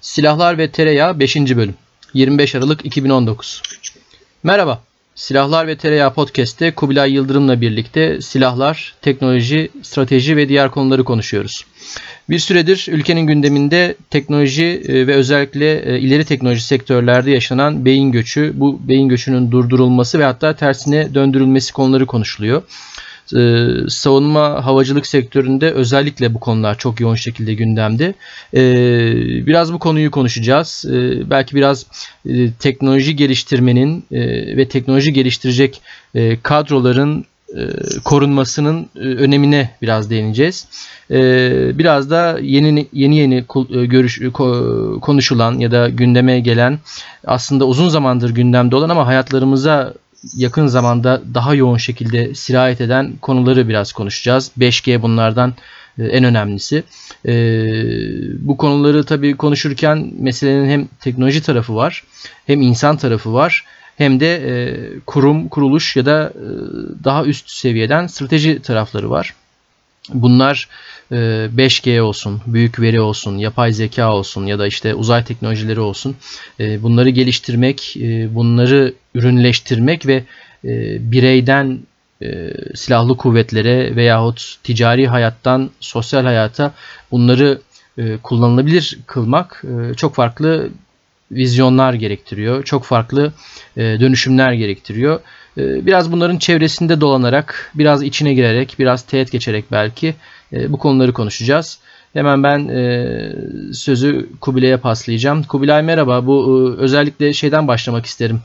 Silahlar ve Tereyağı 5. Bölüm 25 Aralık 2019. Merhaba, Silahlar ve Tereyağı Podcast'te Kubilay Yıldırım'la birlikte silahlar, teknoloji, strateji ve diğer konuları konuşuyoruz. Bir süredir ülkenin gündeminde teknoloji ve özellikle ileri teknoloji sektörlerde yaşanan beyin göçü, bu beyin göçünün durdurulması ve hatta tersine döndürülmesi konuları konuşuluyor. Savunma havacılık sektöründe özellikle bu konular çok yoğun şekilde gündemde. Biraz bu konuyu konuşacağız. Belki biraz teknoloji geliştirmenin ve teknoloji geliştirecek kadroların korunmasının önemine biraz değineceğiz. Biraz da yeni konuşulan ya da gündeme gelen, aslında uzun zamandır gündemde olan ama hayatlarımıza yakın zamanda daha yoğun şekilde sirayet eden konuları biraz konuşacağız. 5G bunlardan en önemlisi. Bu konuları tabii konuşurken meselenin hem teknoloji tarafı var, hem insan tarafı var, hem de kurum, kuruluş ya da daha üst seviyeden strateji tarafları var. Bunlar 5G olsun, büyük veri olsun, yapay zeka olsun ya da işte uzay teknolojileri olsun. Bunları geliştirmek, bunları ürünleştirmek ve bireyden silahlı kuvvetlere veyahut ticari hayattan sosyal hayata bunları kullanılabilir kılmak çok farklı vizyonlar gerektiriyor. Çok farklı dönüşümler gerektiriyor. Biraz bunların çevresinde dolanarak, biraz içine girerek, biraz teğet geçerek belki bu konuları konuşacağız. Hemen ben sözü Kubilay'a paslayacağım. Kubilay merhaba. Bu özellikle şeyden başlamak isterim.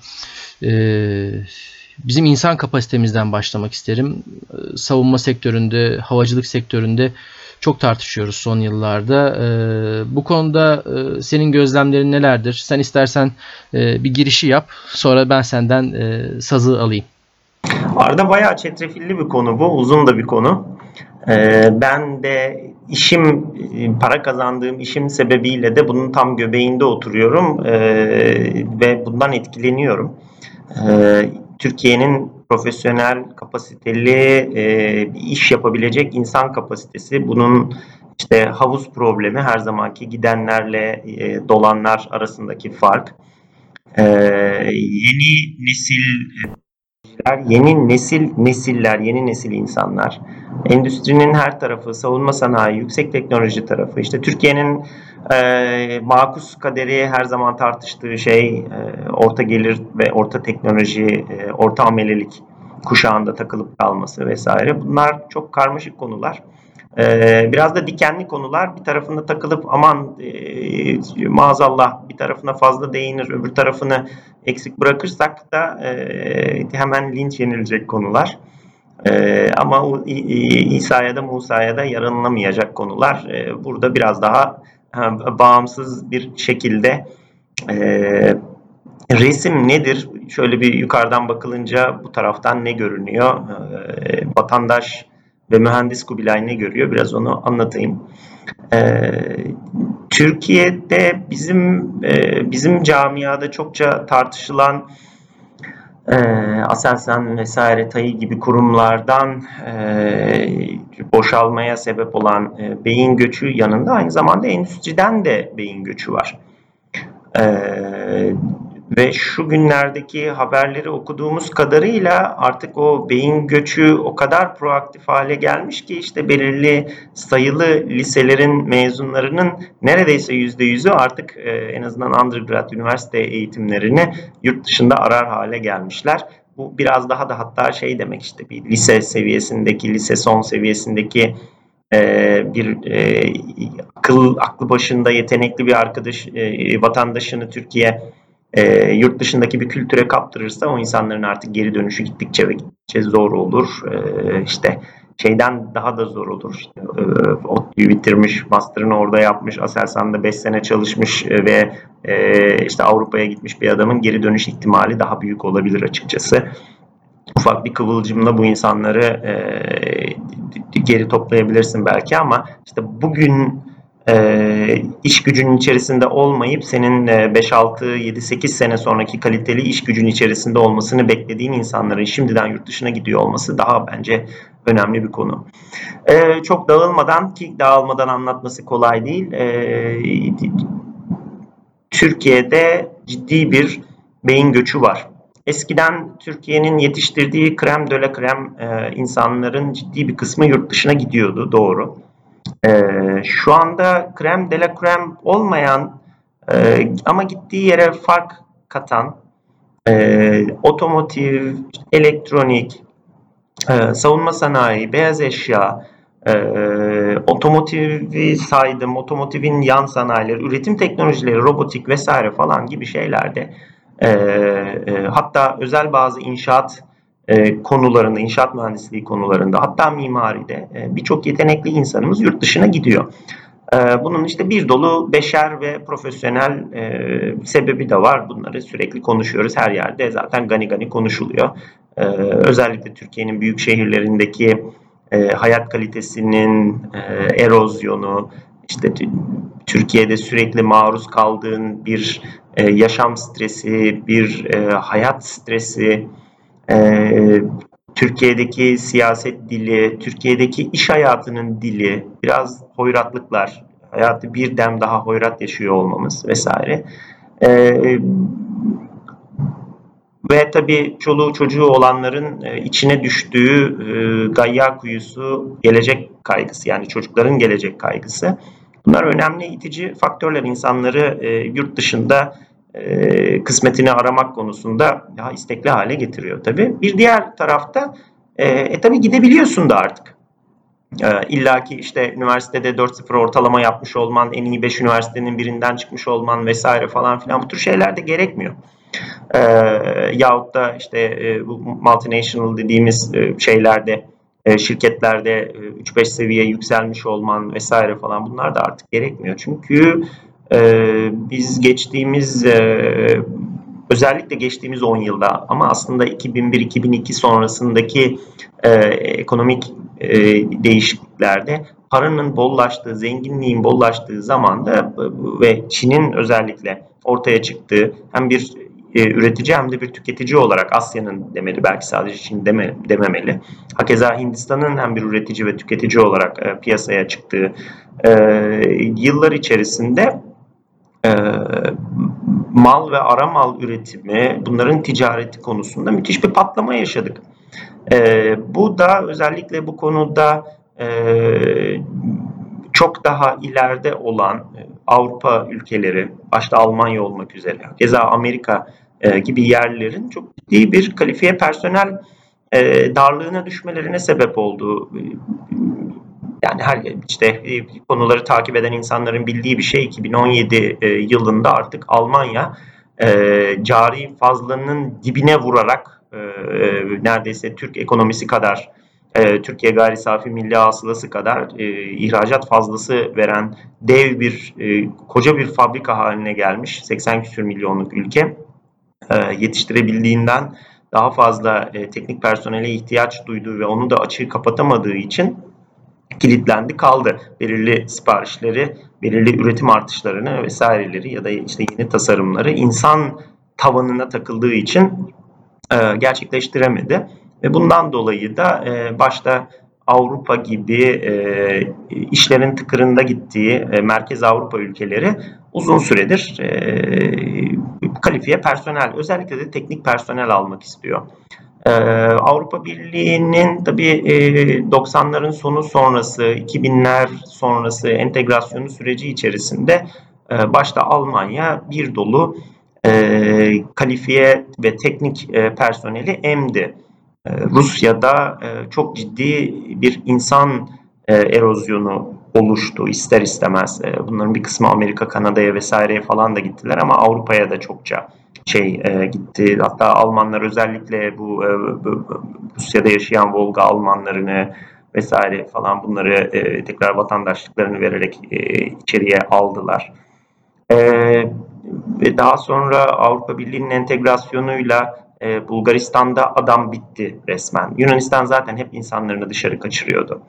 Bizim insan kapasitemizden başlamak isterim. Savunma sektöründe, havacılık sektöründe çok tartışıyoruz son yıllarda. Bu konuda senin gözlemlerin nelerdir? Sen istersen bir girişi yap. Sonra ben senden sazı alayım. Arda bayağı çetrefilli bir konu bu. Uzun da bir konu. Ben de para kazandığım işim sebebiyle de bunun tam göbeğinde oturuyorum ve bundan etkileniyorum. Türkiye'nin profesyonel, kapasiteli bir iş yapabilecek insan kapasitesi. Bunun işte havuz problemi her zamanki gidenlerle dolanlar arasındaki fark. Yeni nesiller, yeni nesil insanlar. Endüstrinin her tarafı, savunma sanayi, yüksek teknoloji tarafı. İşte Türkiye'nin makus kaderi her zaman tartıştığı şey orta gelir ve orta teknoloji, orta amelelik kuşağında takılıp kalması vesaire. Bunlar çok karmaşık konular. Biraz da dikenli konular. Bir tarafında takılıp aman maazallah bir tarafına fazla değinir, öbür tarafını eksik bırakırsak da hemen linç yenilecek konular. Ama İsa'ya da Musa'ya da yaranılamayacak konular. Burada biraz daha bağımsız bir şekilde resim nedir? Şöyle bir yukarıdan bakılınca bu taraftan ne görünüyor? Vatandaş ve mühendis Kubilay ne görüyor? Biraz onu anlatayım. Türkiye'de bizim camiada çokça tartışılan Aselsan vesaire TAİ gibi kurumlardan boşalmaya sebep olan beyin göçü yanında aynı zamanda endüstriden de beyin göçü var. Ve şu günlerdeki haberleri okuduğumuz kadarıyla artık o beyin göçü o kadar proaktif hale gelmiş ki işte belirli sayılı liselerin mezunlarının neredeyse %100'ü artık en azından undergrad, üniversite eğitimlerini yurt dışında arar hale gelmişler. Bu biraz daha da hatta şey demek işte bir lise seviyesindeki, lise son seviyesindeki bir aklı başında yetenekli bir vatandaşını Türkiye yurt dışındaki bir kültüre kaptırırsa o insanların artık geri dönüşü gittikçe ve gittikçe zor olur. İşte şeyden daha da zor olur. İşte, ODTÜ'yü bitirmiş, master'ını orada yapmış, Aselsan'da 5 sene çalışmış ve işte Avrupa'ya gitmiş bir adamın geri dönüş ihtimali daha büyük olabilir açıkçası. Ufak bir kıvılcımla bu insanları geri toplayabilirsin belki ama işte bugün iş gücünün içerisinde olmayıp senin 5, 6, 7, 8 sene sonraki kaliteli iş gücünün içerisinde olmasını beklediğin insanların şimdiden yurt dışına gidiyor olması daha bence önemli bir konu. Çok dağılmadan anlatması kolay değil. Türkiye'de ciddi bir beyin göçü var. Eskiden Türkiye'nin yetiştirdiği krem de la krem insanların ciddi bir kısmı yurt dışına gidiyordu, doğru. Şu anda krem de la krem olmayan ama gittiği yere fark katan otomotiv, elektronik, savunma sanayi, beyaz eşya, otomotivi saydım, otomotivin yan sanayileri, üretim teknolojileri, robotik vesaire falan gibi şeylerde hatta özel bazı inşaat konularında, inşaat mühendisliği konularında, hatta mimaride birçok yetenekli insanımız yurt dışına gidiyor. Bunun işte bir dolu beşer ve profesyonel sebebi de var. Bunları sürekli konuşuyoruz. Her yerde zaten gani gani konuşuluyor. Özellikle Türkiye'nin büyük şehirlerindeki hayat kalitesinin erozyonu, işte Türkiye'de sürekli maruz kaldığın bir yaşam stresi, bir hayat stresi, Türkiye'deki siyaset dili, Türkiye'deki iş hayatının dili, biraz hoyratlıklar, hayatı bir dem daha hoyrat yaşıyor olmamız vesaire. Ve tabii çoluğu çocuğu olanların içine düştüğü gayya kuyusu gelecek kaygısı, yani çocukların gelecek kaygısı. Bunlar önemli itici faktörler, insanları yurt dışında kısmetini aramak konusunda daha istekli hale getiriyor tabii. Bir diğer tarafta tabii gidebiliyorsun da artık. İlla ki işte üniversitede 4.0 ortalama yapmış olman, en iyi 5 üniversitenin birinden çıkmış olman vesaire falan filan, bu tür şeyler de gerekmiyor. Yahut da işte bu multinational dediğimiz şeylerde, şirketlerde 3-5 seviye yükselmiş olman vesaire falan, bunlar da artık gerekmiyor. Çünkü biz özellikle geçtiğimiz 10 yılda, ama aslında 2001-2002 sonrasındaki ekonomik değişikliklerde paranın bollaştığı, zenginliğin bollaştığı zamanda ve Çin'in özellikle ortaya çıktığı, hem bir üretici hem de bir tüketici olarak, Asya'nın demeli, belki sadece Çin dememeli. Hakeza Hindistan'ın hem bir üretici ve tüketici olarak piyasaya çıktığı yıllar içerisinde mal ve ara mal üretimi, bunların ticareti konusunda müthiş bir patlama yaşadık. Bu da özellikle bu konuda çok daha ileride olan Avrupa ülkeleri, başta Almanya olmak üzere, keza Amerika gibi yerlerin çok ciddi bir kalifiye personel darlığına düşmelerine sebep oldu. Yani işte konuları takip eden insanların bildiği bir şey, 2017 yılında artık Almanya cari fazlanın dibine vurarak neredeyse Türk ekonomisi kadar, Türkiye gayri safi milli hasılası kadar ihracat fazlası veren dev bir, koca bir fabrika haline gelmiş. 80 küsur milyonluk ülke yetiştirebildiğinden daha fazla teknik personele ihtiyaç duyduğu ve onu da açığı kapatamadığı için kilitlendi kaldı. Belirli siparişleri, belirli üretim artışlarını vesaireleri ya da işte yeni tasarımları insan tavanına takıldığı için gerçekleştiremedi. Ve bundan dolayı da başta Avrupa gibi işlerin tıkırında gittiği Merkez Avrupa ülkeleri uzun süredir kalifiye personel, özellikle de teknik personel almak istiyor. Avrupa Birliği'nin tabii 90'ların sonu sonrası, 2000'ler sonrası entegrasyonu süreci içerisinde başta Almanya bir dolu kalifiye ve teknik personeli emdi. Rusya'da çok ciddi bir insan erozyonu oluştu ister istemez. Bunların bir kısmı Amerika, Kanada'ya vesaireye falan da gittiler ama Avrupa'ya da çokça gitti. Hatta Almanlar özellikle bu Rusya'da yaşayan Volga Almanlarını vesaire falan, bunları tekrar vatandaşlıklarını vererek içeriye aldılar. Ve daha sonra Avrupa Birliği'nin entegrasyonuyla Bulgaristan'da adam bitti resmen. Yunanistan zaten hep insanlarını dışarı kaçırıyordu.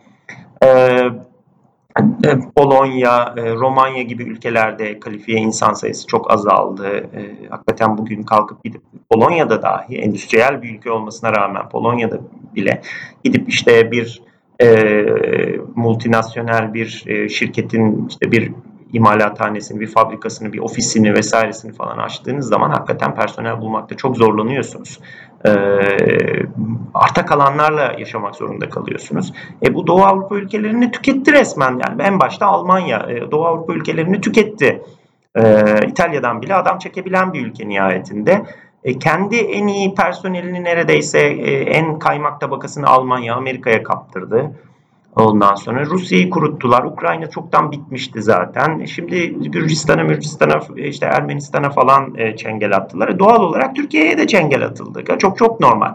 Polonya, Romanya gibi ülkelerde kalifiye insan sayısı çok azaldı. Hakikaten bugün kalkıp gidip Polonya'da dahi, endüstriyel bir ülke olmasına rağmen Polonya'da bile gidip işte bir multinasyonel bir şirketin işte bir imalathanesini, bir fabrikasını, bir ofisini vesairesini falan açtığınız zaman hakikaten personel bulmakta çok zorlanıyorsunuz. Arta kalanlarla yaşamak zorunda kalıyorsunuz. Bu Doğu Avrupa ülkelerini tüketti resmen. Yani en başta Almanya Doğu Avrupa ülkelerini tüketti. İtalya'dan bile adam çekebilen bir ülke nihayetinde. Kendi en iyi personelini neredeyse en kaymak tabakasını Almanya, Amerika'ya kaptırdı. Ondan sonra Rusya'yı kuruttular. Ukrayna çoktan bitmişti zaten. Şimdi Gürcistan'a, işte Ermenistan'a falan çengel attılar. Doğal olarak Türkiye'ye de çengel atıldı. Çok çok normal.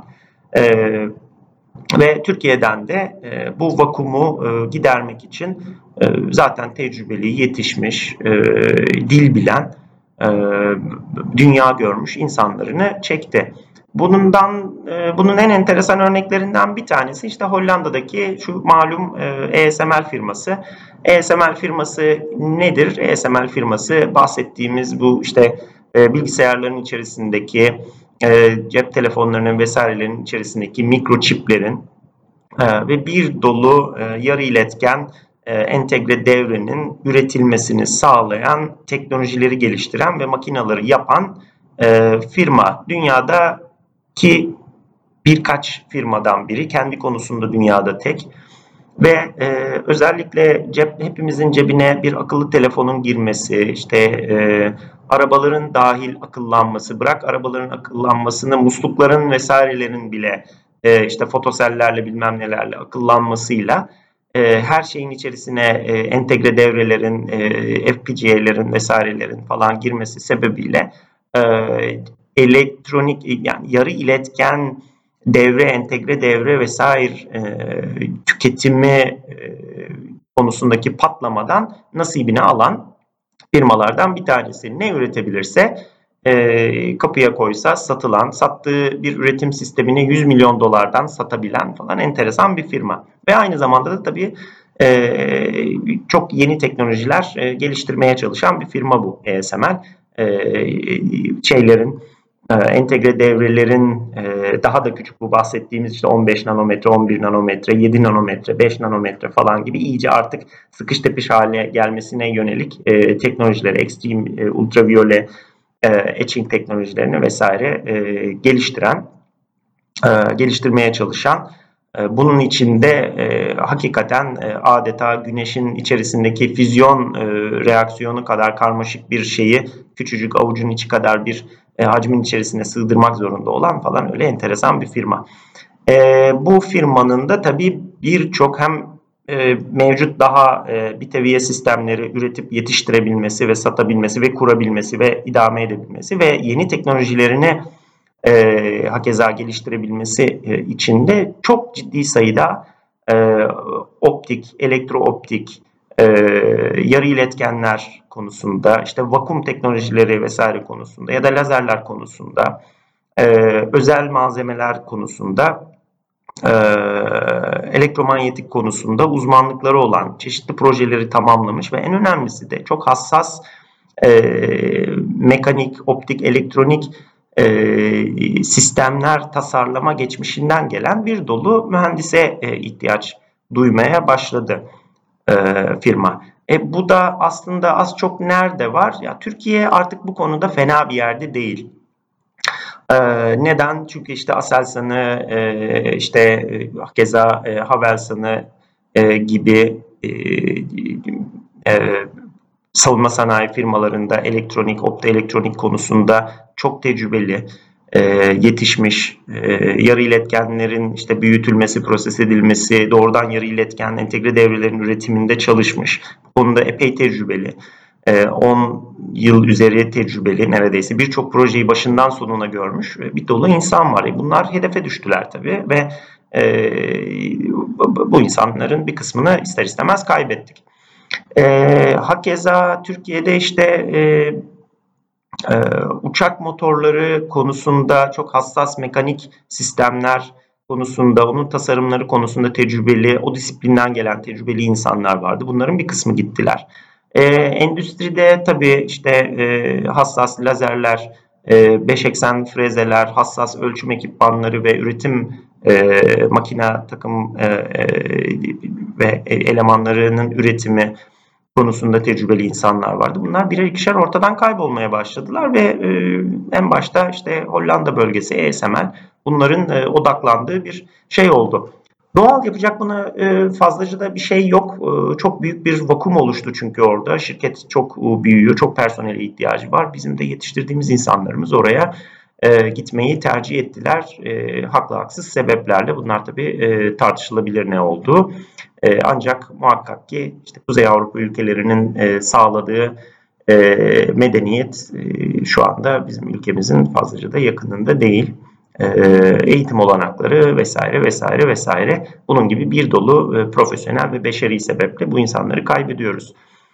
Ve Türkiye'den de bu vakumu gidermek için zaten tecrübeli, yetişmiş, dil bilen, dünya görmüş insanlarını çekti. Bunun en enteresan örneklerinden bir tanesi işte Hollanda'daki şu malum ASML firması. ASML firması nedir? ASML firması bahsettiğimiz bu işte bilgisayarların içerisindeki cep telefonlarının vesairelerin içerisindeki mikroçiplerin ve bir dolu yarı iletken entegre devrenin üretilmesini sağlayan, teknolojileri geliştiren ve makinaları yapan firma. Dünyadaki birkaç firmadan biri, kendi konusunda dünyada tek. Ve özellikle hepimizin cebine bir akıllı telefonun girmesi, işte arabaların dahil akıllanması, bırak arabaların akıllanmasını, muslukların vesairelerin bile işte fotosellerle bilmem nelerle akıllanmasıyla her şeyin içerisine entegre devrelerin, FPGA'lerin vesairelerin falan girmesi sebebiyle elektronik, yani yarı iletken devre, entegre devre vesaire tüketimi konusundaki patlamadan nasibini alan firmalardan bir tanesi. Ne üretebilirse kapıya koysa satılan, sattığı bir üretim sistemini 100 milyon dolardan satabilen falan enteresan bir firma. Ve aynı zamanda da tabii çok yeni teknolojiler geliştirmeye çalışan bir firma bu ASML. Entegre devrelerin daha da küçük, bu bahsettiğimiz işte 15 nanometre, 11 nanometre, 7 nanometre, 5 nanometre falan gibi iyice artık sıkış tepiş hale gelmesine yönelik teknolojileri, extreme ultraviyole etching teknolojilerini vesaire geliştirmeye çalışan, bunun içinde hakikaten adeta güneşin içerisindeki füzyon reaksiyonu kadar karmaşık bir şeyi küçücük avucun içi kadar bir hacmin içerisine sığdırmak zorunda olan falan öyle enteresan bir firma. Bu firmanın da tabii birçok hem mevcut daha biteviye sistemleri üretip yetiştirebilmesi ve satabilmesi ve kurabilmesi ve idame edebilmesi ve yeni teknolojilerini hakeza geliştirebilmesi için de çok ciddi sayıda optik, elektrooptik, yarı iletkenler konusunda, işte vakum teknolojileri vesaire konusunda ya da lazerler konusunda, özel malzemeler konusunda, elektromanyetik konusunda uzmanlıkları olan çeşitli projeleri tamamlamış ve en önemlisi de çok hassas mekanik, optik, elektronik sistemler tasarlama geçmişinden gelen bir dolu mühendise ihtiyaç duymaya başladı firma. Bu da aslında az çok nerede var? Ya Türkiye artık bu konuda fena bir yerde değil. Neden? Çünkü işte Aselsan'ı, işte keza Havelsan'ı gibi savunma sanayi firmalarında elektronik, optoelektronik konusunda çok tecrübeli, yetişmiş, yarı iletkenlerin işte büyütülmesi, proses edilmesi, doğrudan yarı iletken entegre devrelerin üretiminde çalışmış. Bu konuda epey tecrübeli. 10 yıl üzeri tecrübeli, neredeyse birçok projeyi başından sonuna görmüş bir dolu insan var. Bunlar hedefe düştüler tabii ve bu insanların bir kısmını ister istemez kaybettik. Hakeza Türkiye'de işte uçak motorları konusunda çok hassas mekanik sistemler konusunda, onun tasarımları konusunda tecrübeli, o disiplinden gelen tecrübeli insanlar vardı. Bunların bir kısmı gittiler. Endüstride tabii işte hassas lazerler, 5 eksen frezeler, hassas ölçüm ekipmanları ve üretim makine takım ve elemanlarının üretimi konusunda tecrübeli insanlar vardı. Bunlar birer ikişer ortadan kaybolmaya başladılar ve en başta işte Hollanda bölgesi ASML bunların odaklandığı bir şey oldu. Doğal, yapacak buna fazlaca da bir şey yok. Çok büyük bir vakum oluştu çünkü orada. Şirket çok büyüyor, çok personele ihtiyacı var. Bizim de yetiştirdiğimiz insanlarımız oraya gitmeyi tercih ettiler. Haklı haksız sebeplerle. Bunlar tabii tartışılabilir ne olduğu. Ancak muhakkak ki işte Kuzey Avrupa ülkelerinin sağladığı medeniyet şu anda bizim ülkemizin fazlaca da yakınında değil. Eğitim olanakları vesaire vesaire vesaire, bunun gibi bir dolu profesyonel ve beşeri sebeple bu insanları kaybediyoruz.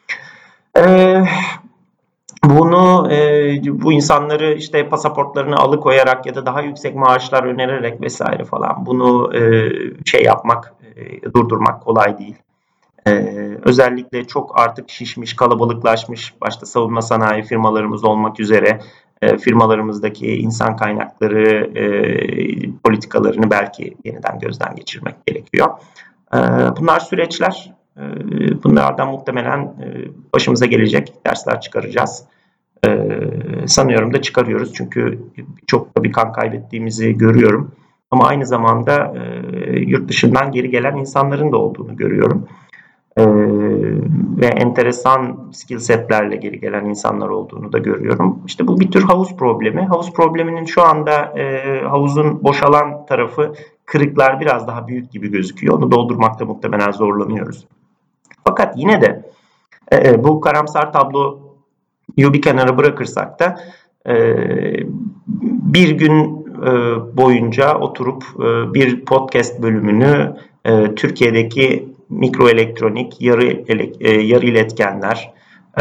Bu insanları işte pasaportlarını alıkoyarak ya da daha yüksek maaşlar önererek vesaire falan bunu durdurmak kolay değil. Özellikle çok artık şişmiş, kalabalıklaşmış, başta savunma sanayi firmalarımız olmak üzere firmalarımızdaki insan kaynakları politikalarını belki yeniden gözden geçirmek gerekiyor. Bunlar süreçler. Bunlardan muhtemelen başımıza gelecek dersler çıkaracağız. Sanıyorum da çıkarıyoruz çünkü çok da bir kan kaybettiğimizi görüyorum. Ama aynı zamanda yurt dışından geri gelen insanların da olduğunu görüyorum. Ve enteresan skill setlerle geri gelen insanlar olduğunu da görüyorum. İşte bu bir tür havuz problemi. Havuz probleminin şu anda havuzun boşalan tarafı, kırıklar biraz daha büyük gibi gözüküyor. Onu doldurmakta muhtemelen zorlanıyoruz. Fakat yine de bu karamsar tabloyu bir kenara bırakırsak da bir gün boyunca oturup bir podcast bölümünü Türkiye'deki mikroelektronik, yarı iletkenler,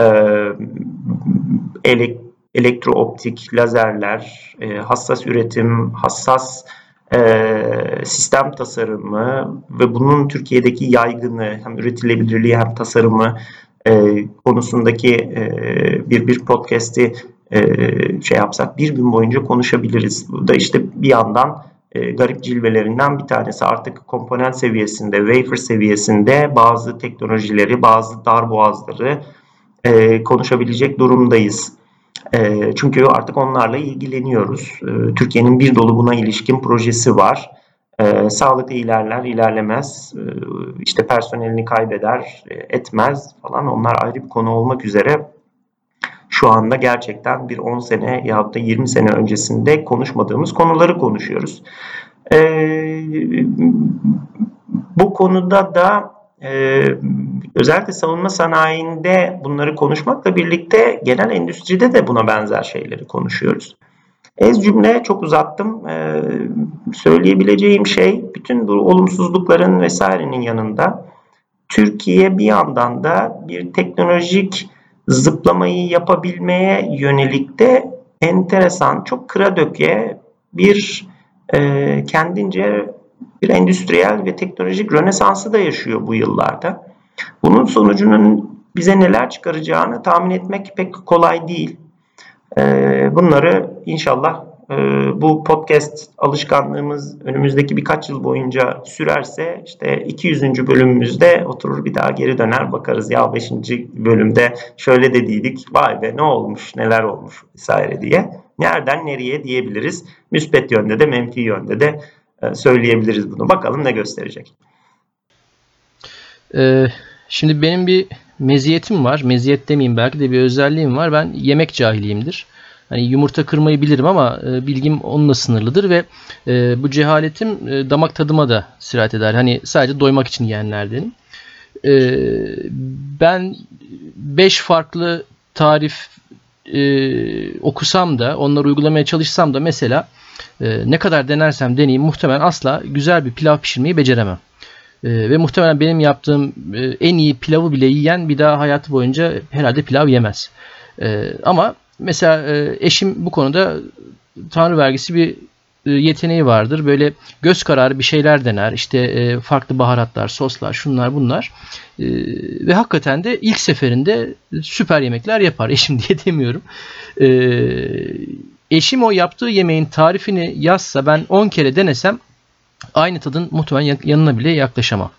elektrooptik, lazerler, hassas üretim, hassas sistem tasarımı ve bunun Türkiye'deki yaygınlığı, hem üretilebilirliği hem tasarımı konusundaki bir podcast'i yapsak bir gün boyunca konuşabiliriz. Bu da işte bir yandan garip cilvelerinden bir tanesi. Artık komponent seviyesinde, wafer seviyesinde bazı teknolojileri, bazı darboğazları konuşabilecek durumdayız. Çünkü artık onlarla ilgileniyoruz. Türkiye'nin bir dolu buna ilişkin projesi var. Sağlıklı ilerler, ilerlemez, işte personelini kaybeder, etmez falan, onlar ayrı bir konu olmak üzere. Şu anda gerçekten bir 10 sene ya da 20 sene öncesinde konuşmadığımız konuları konuşuyoruz. Bu konuda da özellikle savunma sanayinde bunları konuşmakla birlikte genel endüstride de buna benzer şeyleri konuşuyoruz. Ez cümle çok uzattım. Söyleyebileceğim şey, bütün bu olumsuzlukların vesairenin yanında Türkiye bir yandan da bir teknolojik zıplamayı yapabilmeye yönelik de enteresan, çok kıra döke bir kendince bir endüstriyel ve teknolojik rönesansı da yaşıyor bu yıllarda. Bunun sonucunun bize neler çıkaracağını tahmin etmek pek kolay değil. Bunları inşallah bu podcast alışkanlığımız önümüzdeki birkaç yıl boyunca sürerse, işte 200. bölümümüzde oturur bir daha geri döner bakarız, ya 5. bölümde şöyle dediydik, vay be ne olmuş, neler olmuş vesaire diye. Nereden nereye diyebiliriz. Müspet yönde de menfi yönde de söyleyebiliriz bunu. Bakalım ne gösterecek. Şimdi benim bir meziyetim var. Meziyet demeyeyim, belki de bir özelliğim var. Ben yemek cahiliyimdir. Hani yumurta kırmayı bilirim ama bilgim onunla sınırlıdır ve bu cehaletim damak tadıma da sirayet eder. Hani sadece doymak için yiyenlerdenim. Ben 5 farklı tarif okusam da, onları uygulamaya çalışsam da mesela ne kadar denersem deneyeyim muhtemelen asla güzel bir pilav pişirmeyi beceremem. Ve muhtemelen benim yaptığım en iyi pilavı bile yiyen bir daha hayatı boyunca herhalde pilav yemez. Ama mesela eşim bu konuda tanrı vergisi bir yeteneği vardır. Böyle göz kararı bir şeyler dener. İşte farklı baharatlar, soslar, şunlar bunlar. Ve hakikaten de ilk seferinde süper yemekler yapar. Eşim diye demiyorum. Eşim o yaptığı yemeğin tarifini yazsa, ben 10 kere denesem aynı tadın muhtemelen yanına bile yaklaşamam.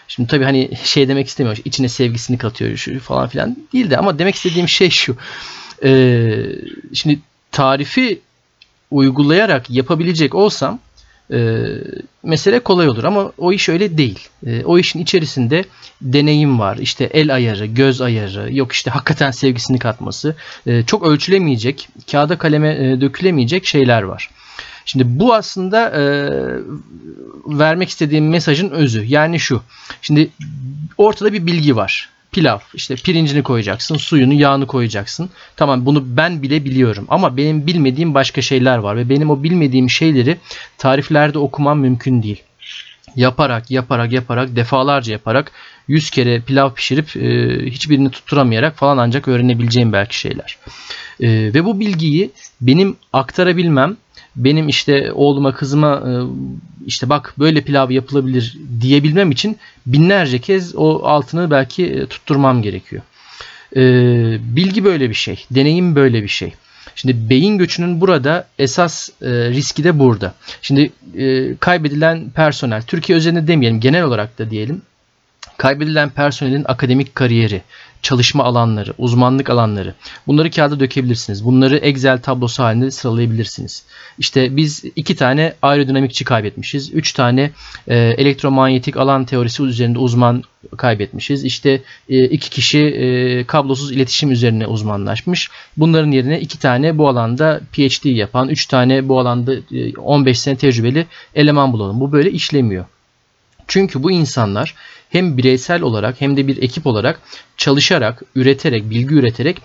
Şimdi tabii hani şey demek istemiyorum. İçine sevgisini katıyor şu falan filan değil de, ama demek istediğim şey şu. Şimdi tarifi uygulayarak yapabilecek olsam mesele kolay olur, ama o iş öyle değil. O işin içerisinde deneyim var. İşte el ayarı, göz ayarı, yok işte hakikaten sevgisini katması. Çok ölçülemeyecek, kağıda kaleme dökülemeyecek şeyler var. Şimdi bu aslında vermek istediğim mesajın özü. Yani şu. Şimdi ortada bir bilgi var. Pilav. İşte pirincini koyacaksın, suyunu, yağını koyacaksın. Tamam, bunu ben bile biliyorum. Ama benim bilmediğim başka şeyler var. Ve benim o bilmediğim şeyleri tariflerde okumam mümkün değil. Yaparak, defalarca yaparak, 100 kere pilav pişirip hiçbirini tutturamayarak falan ancak öğrenebileceğim belki şeyler. Ve bu bilgiyi benim aktarabilmem, benim işte oğluma, kızıma işte bak böyle pilav yapılabilir diyebilmem için binlerce kez o altını belki tutturmam gerekiyor. Bilgi böyle bir şey. Deneyim böyle bir şey. Şimdi beyin göçünün burada esas riski de burada. Şimdi kaybedilen personel, Türkiye özelinde demeyelim, genel olarak da diyelim. Kaybedilen personelin akademik kariyeri, çalışma alanları, uzmanlık alanları, bunları kağıda dökebilirsiniz. Bunları Excel tablosu halinde sıralayabilirsiniz. İşte biz 2 tane aerodinamikçi kaybetmişiz. 3 tane elektromanyetik alan teorisi üzerinde uzman kaybetmişiz. İşte 2 kişi kablosuz iletişim üzerine uzmanlaşmış. Bunların yerine 2 tane bu alanda PhD yapan, 3 tane bu alanda 15 sene tecrübeli eleman bulalım. Bu böyle işlemiyor. Çünkü bu insanlar hem bireysel olarak hem de bir ekip olarak çalışarak, üreterek, bilgi üreterek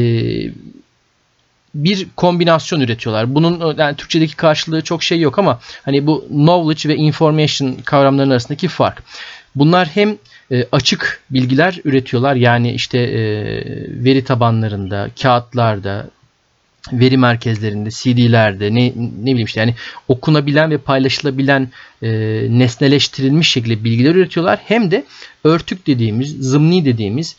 bir kombinasyon üretiyorlar. Bunun yani Türkçedeki karşılığı çok şey yok, ama hani bu knowledge ve information kavramlarının arasındaki fark. Bunlar hem açık bilgiler üretiyorlar, yani işte veri tabanlarında, kağıtlarda, veri merkezlerinde, CD'lerde, ne bileyim işte, yani okunabilen ve paylaşılabilen nesneleştirilmiş şekilde bilgiler üretiyorlar. Hem de örtük dediğimiz, zımni dediğimiz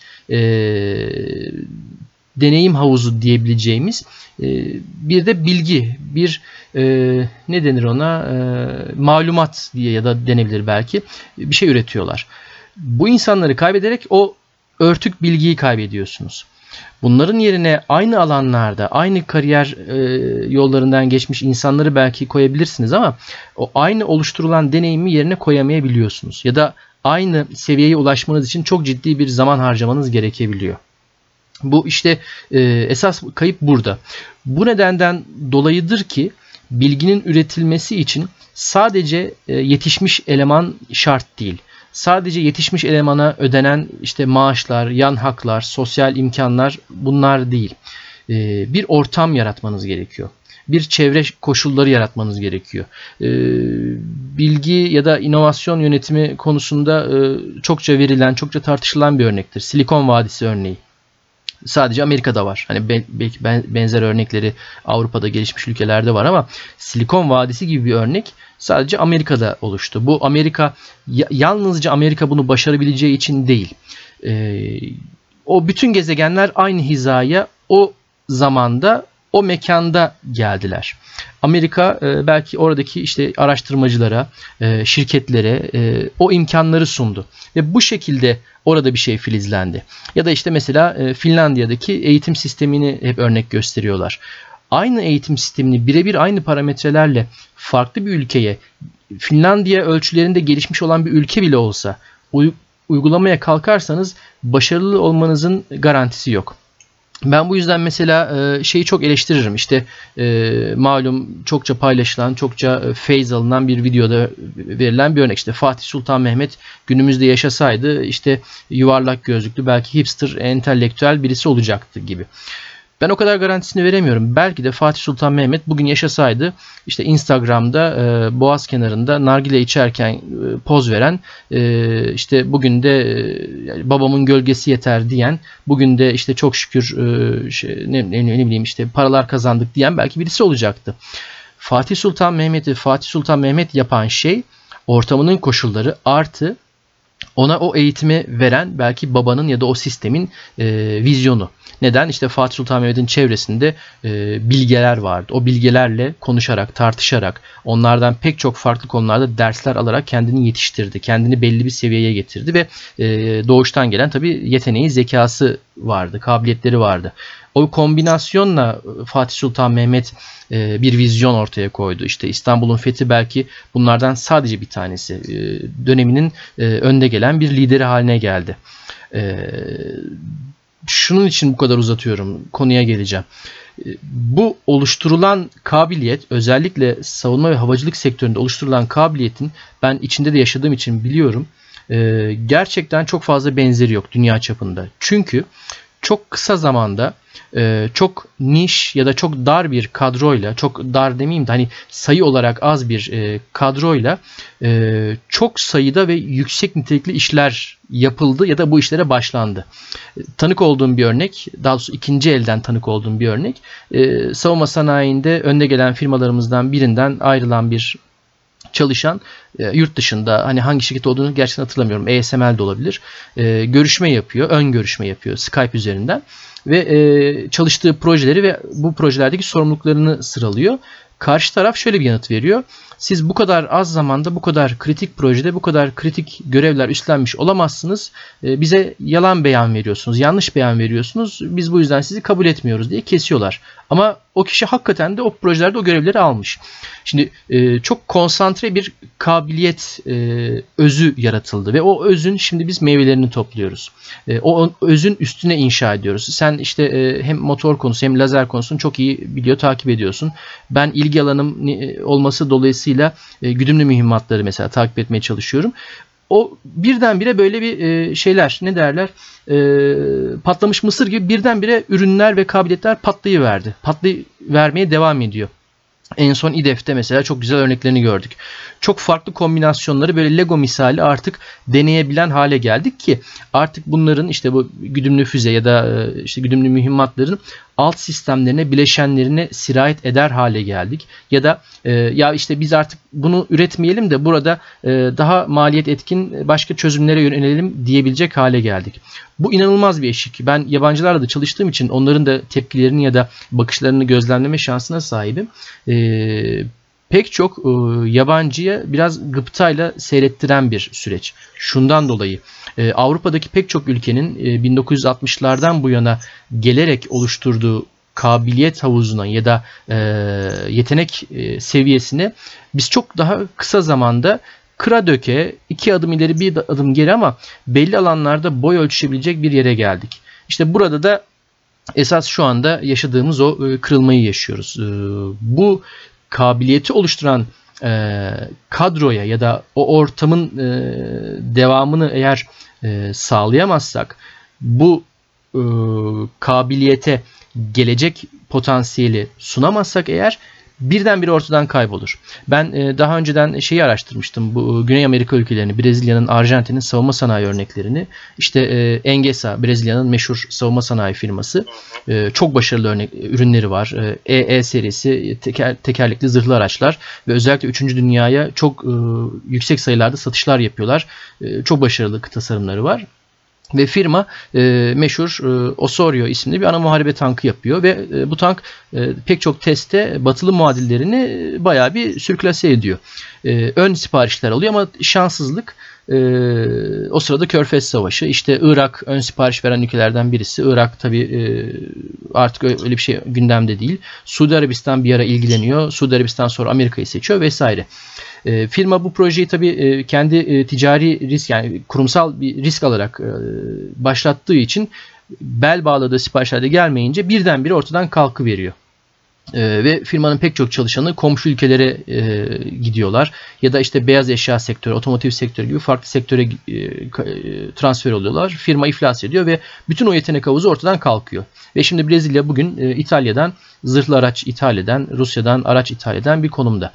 deneyim havuzu diyebileceğimiz bir de bilgi, bir ne denir ona, malumat diye ya da denebilir belki, bir şey üretiyorlar. Bu insanları kaybederek o örtük bilgiyi kaybediyorsunuz. Bunların yerine aynı alanlarda, aynı kariyer yollarından geçmiş insanları belki koyabilirsiniz, ama o aynı oluşturulan deneyimi yerine koyamayabiliyorsunuz. Ya da aynı seviyeye ulaşmanız için çok ciddi bir zaman harcamanız gerekebiliyor. Bu işte esas kayıp burada. Bu nedenden dolayıdır ki bilginin üretilmesi için sadece yetişmiş eleman şart değil. Sadece yetişmiş elemana ödenen işte maaşlar, yan haklar, sosyal imkanlar, bunlar değil. Bir ortam yaratmanız gerekiyor. Bir çevre koşulları yaratmanız gerekiyor. Bilgi ya da inovasyon yönetimi konusunda çokça verilen, çokça tartışılan bir örnektir. Silikon Vadisi örneği. Sadece Amerika'da var. Hani belki benzer örnekleri Avrupa'da, gelişmiş ülkelerde var, ama Silikon Vadisi gibi bir örnek sadece Amerika'da oluştu. Bu Amerika, yalnızca Amerika bunu başarabileceği için değil. O bütün gezegenler aynı hizaya o zamanda, o mekanda geldiler. Amerika belki oradaki işte araştırmacılara, şirketlere o imkanları sundu. Ve bu şekilde orada bir şey filizlendi. Ya da işte mesela Finlandiya'daki eğitim sistemini hep örnek gösteriyorlar. Aynı eğitim sistemini birebir aynı parametrelerle farklı bir ülkeye, Finlandiya ölçülerinde gelişmiş olan bir ülke bile olsa uygulamaya kalkarsanız başarılı olmanızın garantisi yok. Ben bu yüzden mesela şeyi çok eleştiririm. İşte malum çokça paylaşılan, çokça feyz alınan bir videoda verilen bir örnek. İşte Fatih Sultan Mehmet günümüzde yaşasaydı işte yuvarlak gözlüklü, belki hipster, entelektüel birisi olacaktı gibi. Ben o kadar garantisini veremiyorum. Belki de Fatih Sultan Mehmet bugün yaşasaydı işte Instagram'da boğaz kenarında nargile içerken poz veren, işte bugün de babamın gölgesi yeter diyen, bugün de işte çok şükür ne bileyim işte paralar kazandık diyen belki birisi olacaktı. Fatih Sultan Mehmet'i Fatih Sultan Mehmet yapan şey ortamının koşulları artı Ona o eğitimi veren belki babanın ya da o sistemin vizyonu. Neden? İşte Fatih Sultan Mehmet'in çevresinde bilgeler vardı. O bilgelerle konuşarak, tartışarak, onlardan pek çok farklı konularda dersler alarak kendini yetiştirdi. Kendini belli bir seviyeye getirdi ve doğuştan gelen tabii yeteneği, zekası vardı, kabiliyetleri vardı. O kombinasyonla Fatih Sultan Mehmet bir vizyon ortaya koydu. İşte İstanbul'un fethi belki bunlardan sadece bir tanesi. Döneminin önde gelen bir lideri haline geldi. Şunun için bu kadar uzatıyorum. Konuya geleceğim. Bu oluşturulan kabiliyet, özellikle savunma ve havacılık sektöründe oluşturulan kabiliyetin, ben içinde de yaşadığım için biliyorum, gerçekten çok fazla benzeri yok dünya çapında. Çünkü çok kısa zamanda çok niş ya da çok dar bir kadroyla, çok dar demeyeyim de hani sayı olarak az bir kadroyla çok sayıda ve yüksek nitelikli işler yapıldı ya da bu işlere başlandı. Tanık olduğum bir örnek, daha doğrusu ikinci elden tanık olduğum bir örnek, savunma sanayinde önde gelen firmalarımızdan birinden ayrılan bir çalışan yurt dışında, hani hangi şirket olduğunu gerçekten hatırlamıyorum, ASML de olabilir, görüşme yapıyor, ön görüşme yapıyor Skype üzerinden ve çalıştığı projeleri ve bu projelerdeki sorumluluklarını sıralıyor. Karşı taraf şöyle bir yanıt veriyor: siz bu kadar az zamanda bu kadar kritik projede bu kadar kritik görevler üstlenmiş olamazsınız. Bize yalan beyan veriyorsunuz, yanlış beyan veriyorsunuz. Biz bu yüzden sizi kabul etmiyoruz diye kesiyorlar. Ama o kişi hakikaten de o projelerde o görevleri almış. Şimdi çok konsantre bir kabiliyet özü yaratıldı ve o özün şimdi biz meyvelerini topluyoruz. O özün üstüne inşa ediyoruz. Sen işte hem motor konusu hem lazer konusunu çok iyi biliyor, takip ediyorsun. Ben ilgi alanım olması dolayısıyla güdümlü mühimmatları mesela takip etmeye çalışıyorum. O birdenbire böyle bir şeyler, ne derler, patlamış mısır gibi birdenbire ürünler ve kabiliyetler patlayıverdi. Patlayıvermeye devam ediyor. En son İDEF'te mesela çok güzel örneklerini gördük. Çok farklı kombinasyonları böyle Lego misali artık deneyebilen hale geldik ki artık bunların işte bu güdümlü füze ya da işte güdümlü mühimmatların alt sistemlerine, bileşenlerine sirayet eder hale geldik. Ya da ya işte biz artık bunu üretmeyelim de burada daha maliyet etkin başka çözümlere yönelelim diyebilecek hale geldik. Bu inanılmaz bir eşik. Ben yabancılarla da çalıştığım için onların da tepkilerini ya da bakışlarını gözlemleme şansına sahibim. Pek çok yabancıya biraz gıptayla seyrettiren bir süreç. Şundan dolayı Avrupa'daki pek çok ülkenin 1960'lardan bu yana gelerek oluşturduğu kabiliyet havuzuna ya da yetenek seviyesine biz çok daha kısa zamanda kıra döke, 2 adım ileri bir adım geri ama belli alanlarda boy ölçüşebilecek bir yere geldik. İşte burada da esas şu anda yaşadığımız o kırılmayı yaşıyoruz. Bu kabiliyeti oluşturan kadroya ya da o ortamın devamını eğer sağlayamazsak, bu kabiliyete gelecek potansiyeli sunamazsak eğer, birdenbire ortadan kaybolur. Ben daha önceden şeyi araştırmıştım. Bu Güney Amerika ülkelerini, Brezilya'nın, Arjantin'in savunma sanayi örneklerini. İşte Engesa, Brezilya'nın meşhur savunma sanayi firması. Çok başarılı ürünleri var. EE serisi tekerlekli zırhlı araçlar ve özellikle 3. dünyaya çok yüksek sayılarda satışlar yapıyorlar. Çok başarılı tasarımları var. Ve firma meşhur Osorio isimli bir ana muharebe tankı yapıyor ve bu tank pek çok testte batılı muadillerini bayağı bir sürklase ediyor. Ön siparişler alıyor ama şanssızlık, o sırada Körfez Savaşı. İşte Irak ön sipariş veren ülkelerden birisi. Irak tabii artık öyle bir şey gündemde değil. Suudi Arabistan bir ara ilgileniyor. Suudi Arabistan sonra Amerika'yı seçiyor vesaire. Firma bu projeyi tabii kendi ticari risk, yani kurumsal bir risk alarak başlattığı için bel bağladığı siparişlerde gelmeyince birdenbire ortadan kalkıveriyor. Ve firmanın pek çok çalışanı komşu ülkelere gidiyorlar ya da işte beyaz eşya sektörü, otomotiv sektörü gibi farklı sektöre transfer oluyorlar. Firma iflas ediyor ve bütün o yetenek havuzu ortadan kalkıyor. Ve şimdi Brezilya bugün İtalya'dan zırhlı araç ithal eden, Rusya'dan araç ithal eden bir konumda.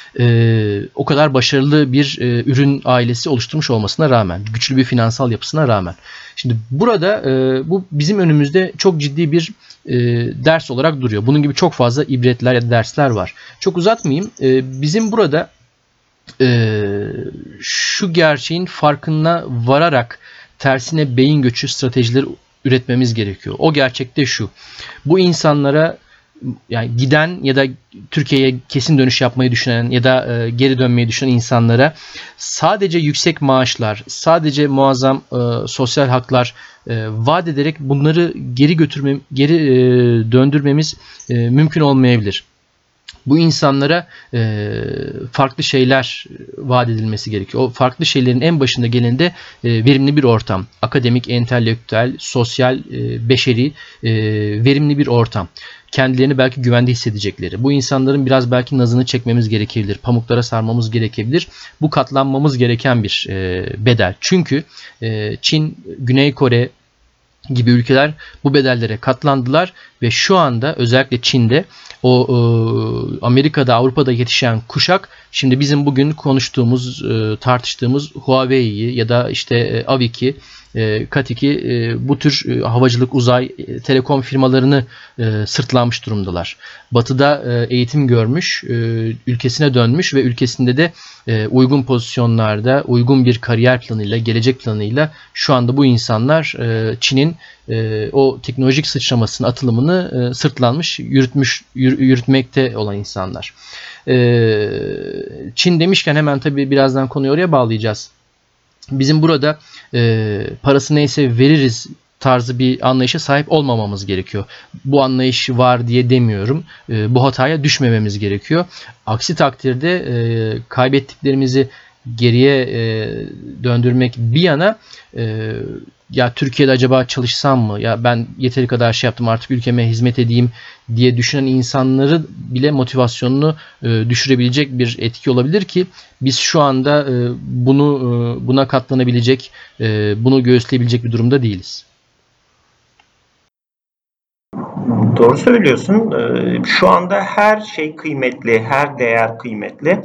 O kadar başarılı bir ürün ailesi oluşturmuş olmasına rağmen, güçlü bir finansal yapısına rağmen. Şimdi burada bu bizim önümüzde çok ciddi bir ders olarak duruyor. Bunun gibi çok fazla ibretler ya da dersler var. Çok uzatmayayım. Bizim burada şu gerçeğin farkına vararak tersine beyin göçü stratejileri üretmemiz gerekiyor. O gerçekte şu: bu insanlara, yani giden ya da Türkiye'ye kesin dönüş yapmayı düşünen ya da geri dönmeyi düşünen insanlara sadece yüksek maaşlar, sadece muazzam sosyal haklar vaat ederek bunları geri döndürmemiz mümkün olmayabilir. Bu insanlara farklı şeyler vaat edilmesi gerekiyor. O farklı şeylerin en başında gelen de verimli bir ortam. Akademik, entelektüel, sosyal, beşeri verimli bir ortam. Kendilerini belki güvende hissedecekleri. Bu insanların biraz belki nazını çekmemiz gerekebilir. Pamuklara sarmamız gerekebilir. Bu katlanmamız gereken bir bedel. Çünkü Çin, Güney Kore gibi ülkeler bu bedellere katlandılar ve şu anda özellikle Çin'de o Amerika'da, Avrupa'da yetişen kuşak şimdi bizim bugün konuştuğumuz, tartıştığımız Huawei'yi ya da işte Avik'i, Kat2 bu tür havacılık, uzay, telekom firmalarını sırtlanmış durumdalar. Batı'da eğitim görmüş, ülkesine dönmüş ve ülkesinde de uygun pozisyonlarda, uygun bir kariyer planıyla, gelecek planıyla şu anda bu insanlar Çin'in o teknolojik sıçramasının atılımını sırtlanmış, yürütmekte olan insanlar. Çin demişken hemen tabii birazdan konuyu oraya bağlayacağız. Bizim burada parası neyse veririz tarzı bir anlayışa sahip olmamamız gerekiyor. Bu anlayış var diye demiyorum. Bu hataya düşmememiz gerekiyor. Aksi takdirde kaybettiklerimizi geriye döndürmek bir yana, ya Türkiye'de acaba çalışsam mı? Ya ben yeteri kadar şey yaptım, artık ülkeme hizmet edeyim diye düşünen insanları bile motivasyonunu düşürebilecek bir etki olabilir ki biz şu anda buna katlanabilecek, bunu göğüsleyebilecek bir durumda değiliz. Doğru söylüyorsun. Şu anda her şey kıymetli, her değer kıymetli.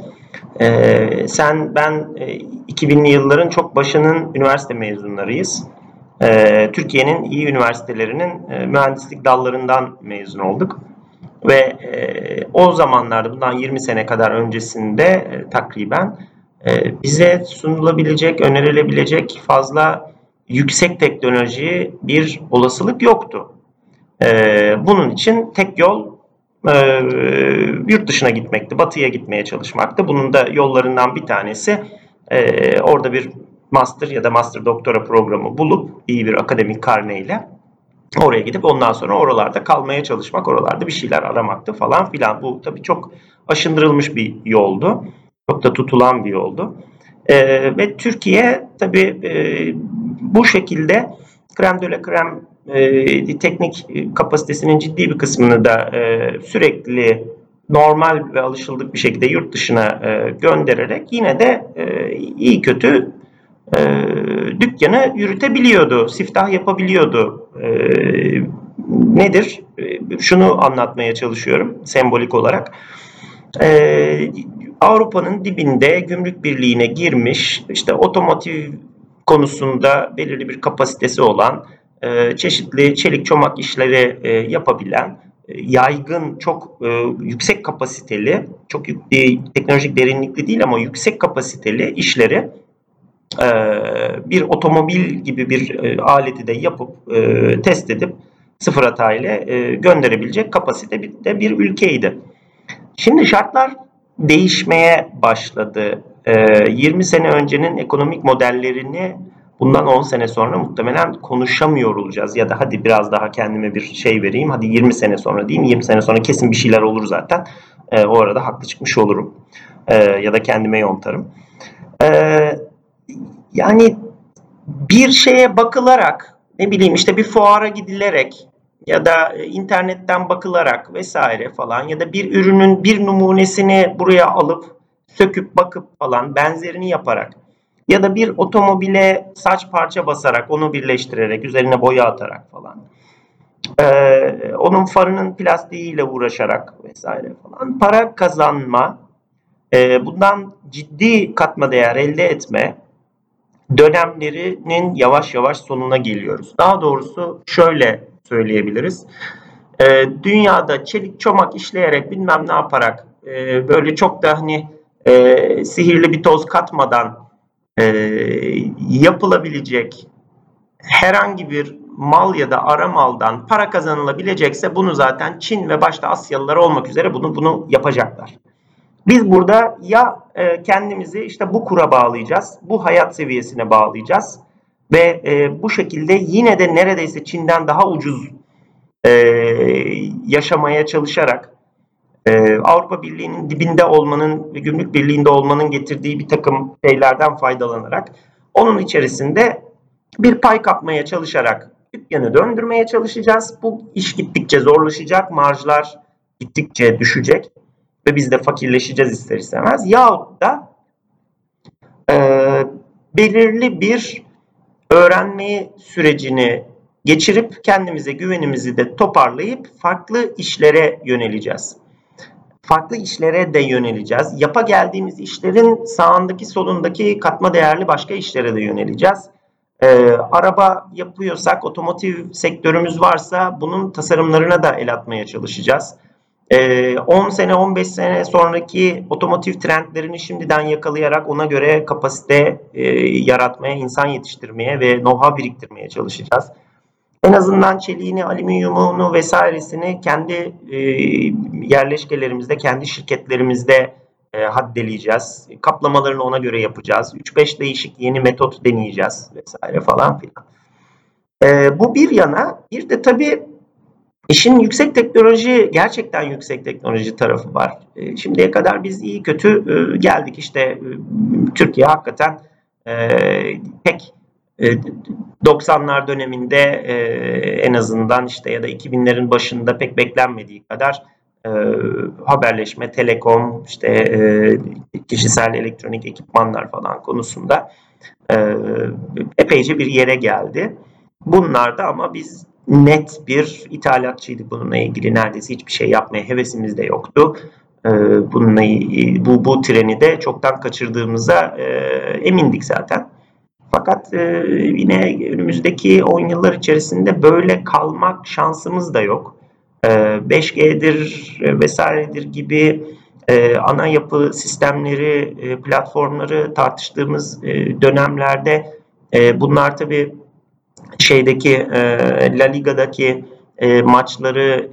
Ben 2000'li yılların çok başının üniversite mezunlarıyız. Türkiye'nin iyi üniversitelerinin mühendislik dallarından mezun olduk. Ve o zamanlarda, bundan 20 sene kadar öncesinde takriben bize sunulabilecek, önerilebilecek fazla yüksek teknoloji bir olasılık yoktu. Bunun için tek yol yurt dışına gitmekti, batıya gitmeye çalışmaktı. Bunun da yollarından bir tanesi orada bir master ya da master doktora programı bulup iyi bir akademik karneyle oraya gidip ondan sonra oralarda kalmaya çalışmak, oralarda bir şeyler aramaktı falan filan. Bu tabii çok aşındırılmış bir yoldu. Çok da tutulan bir yoldu. Ve Türkiye tabii bu şekilde krem de la krem teknik kapasitesinin ciddi bir kısmını da sürekli normal ve alışıldık bir şekilde yurt dışına göndererek yine de iyi kötü dükkanı yürütebiliyordu, siftah yapabiliyordu. Nedir? Şunu anlatmaya çalışıyorum sembolik olarak. Avrupa'nın dibinde gümrük birliğine girmiş, işte otomotiv konusunda belirli bir kapasitesi olan, çeşitli çelik çomak işleri yapabilen, yaygın, çok yüksek kapasiteli, çok teknolojik derinlikli değil ama yüksek kapasiteli işleri bir otomobil gibi bir aleti de yapıp test edip sıfır hata ile gönderebilecek kapasitede bir ülkeydi. Şimdi şartlar değişmeye başladı. 20 sene öncenin ekonomik modellerini bundan 10 sene sonra muhtemelen konuşamıyor olacağız. Ya da hadi biraz daha kendime bir şey vereyim. Hadi 20 sene sonra diyeyim. 20 sene sonra kesin bir şeyler olur zaten. O arada haklı çıkmış olurum. Ya da kendime yontarım. Yani bir şeye bakılarak, ne bileyim işte bir fuara gidilerek ya da internetten bakılarak vesaire falan ya da bir ürünün bir numunesini buraya alıp söküp bakıp falan benzerini yaparak ya da bir otomobile saç parça basarak onu birleştirerek üzerine boya atarak falan onun farının plastiğiyle uğraşarak vesaire falan para kazanma, bundan ciddi katma değer elde etme dönemlerinin yavaş yavaş sonuna geliyoruz. Daha doğrusu şöyle söyleyebiliriz. Dünyada çelik çomak işleyerek bilmem ne yaparak böyle çok da hani sihirli bir toz katmadan yapılabilecek herhangi bir mal ya da ara maldan para kazanılabilecekse bunu zaten Çin ve başta Asyalılar olmak üzere bunu yapacaklar. Biz burada ya kendimizi işte bu kura bağlayacağız, bu hayat seviyesine bağlayacağız ve bu şekilde yine de neredeyse Çin'den daha ucuz yaşamaya çalışarak Avrupa Birliği'nin dibinde olmanın ve Gümrük Birliği'nde olmanın getirdiği bir takım şeylerden faydalanarak onun içerisinde bir pay kapmaya çalışarak dükkanı döndürmeye çalışacağız. Bu iş gittikçe zorlaşacak, marjlar gittikçe düşecek ve biz de fakirleşeceğiz ister istemez. Yahut da belirli bir öğrenme sürecini geçirip kendimize güvenimizi de toparlayıp farklı işlere yöneleceğiz. Farklı işlere de yöneleceğiz. Yapa geldiğimiz işlerin sağındaki solundaki katma değerli başka işlere de yöneleceğiz. Araba yapıyorsak, otomotiv sektörümüz varsa bunun tasarımlarına da el atmaya çalışacağız. 10 sene, 15 sene sonraki otomotiv trendlerini şimdiden yakalayarak ona göre kapasite yaratmaya, insan yetiştirmeye ve know-how biriktirmeye çalışacağız. En azından çeliğini, alüminyumunu vesairesini kendi yerleşkelerimizde, kendi şirketlerimizde haddeleyeceğiz. Kaplamalarını ona göre yapacağız. 3-5 değişik yeni metot deneyeceğiz vesaire falan filan. Bu bir yana, bir de tabii işin yüksek teknoloji, gerçekten yüksek teknoloji tarafı var. Şimdiye kadar biz iyi kötü geldik. İşte Türkiye hakikaten pek 90'lar döneminde en azından işte ya da 2000'lerin başında pek beklenmediği kadar haberleşme, telekom, işte kişisel elektronik ekipmanlar falan konusunda epeyce bir yere geldi. Bunlar da ama biz net bir ithalatçıydık bununla ilgili. Neredeyse hiçbir şey yapmaya hevesimiz de yoktu. Bununla bu treni de çoktan kaçırdığımıza emindik zaten. Fakat yine önümüzdeki 10 yıllar içerisinde böyle kalmak şansımız da yok. 5G'dir vesairedir gibi ana yapı sistemleri, platformları tartıştığımız dönemlerde bunlar tabii şeydeki La Liga'daki maçları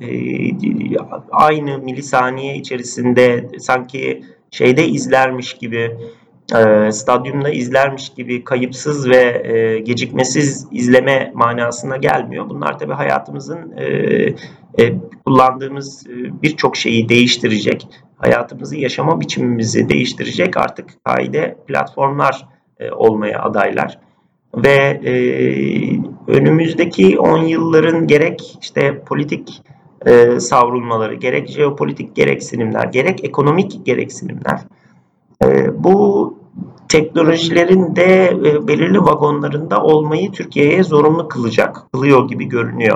aynı milisaniye içerisinde sanki şeyde izlermiş gibi, stadyumda izlermiş gibi kayıpsız ve gecikmesiz izleme manasına gelmiyor. Bunlar tabii hayatımızın kullandığımız birçok şeyi değiştirecek, hayatımızı, yaşama biçimimizi değiştirecek artık kaide platformlar olmaya adaylar. Ve önümüzdeki 10 yılların gerek işte politik savrulmaları, gerek jeopolitik gereksinimler, gerek ekonomik gereksinimler bu teknolojilerin de belirli vagonlarında olmayı Türkiye'ye zorunlu kılıyor gibi görünüyor.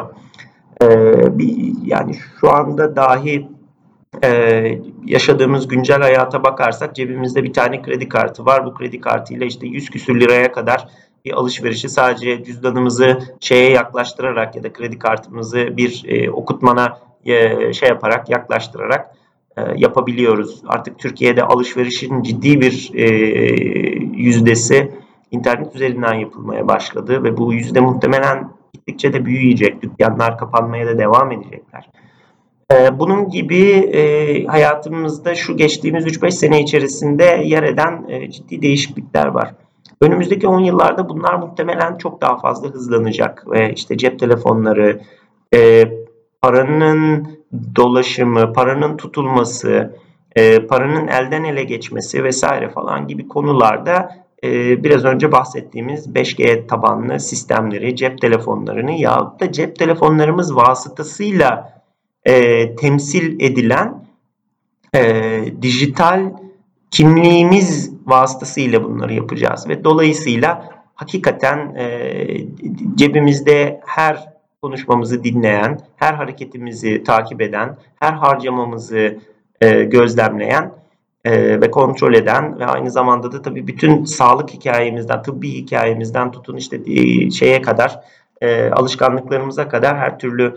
Yani şu anda dahi yaşadığımız güncel hayata bakarsak cebimizde bir tane kredi kartı var. Bu kredi kartıyla işte 100 küsür liraya kadar bir alışverişi sadece cüzdanımızı şeye yaklaştırarak ya da kredi kartımızı bir okutmana şey yaparak yaklaştırarak yapabiliyoruz. Artık Türkiye'de alışverişin ciddi bir yüzdesi internet üzerinden yapılmaya başladı ve bu yüzde muhtemelen gittikçe de büyüyecek. Dükkanlar kapanmaya da devam edecekler. Bunun gibi hayatımızda şu geçtiğimiz 3-5 sene içerisinde yer eden ciddi değişiklikler var. Önümüzdeki 10 yıllarda bunlar muhtemelen çok daha fazla hızlanacak ve işte cep telefonları, paranın dolaşımı, paranın tutulması, paranın elden ele geçmesi vesaire falan gibi konularda biraz önce bahsettiğimiz 5G tabanlı sistemleri, cep telefonlarını yahut da cep telefonlarımız vasıtasıyla temsil edilen dijital kimliğimiz vasıtasıyla bunları yapacağız ve dolayısıyla hakikaten cebimizde her konuşmamızı dinleyen, her hareketimizi takip eden, her harcamamızı gözlemleyen ve kontrol eden ve aynı zamanda da tabii bütün sağlık hikayemizden, tıbbi hikayemizden tutun işte şeye kadar, alışkanlıklarımıza kadar her türlü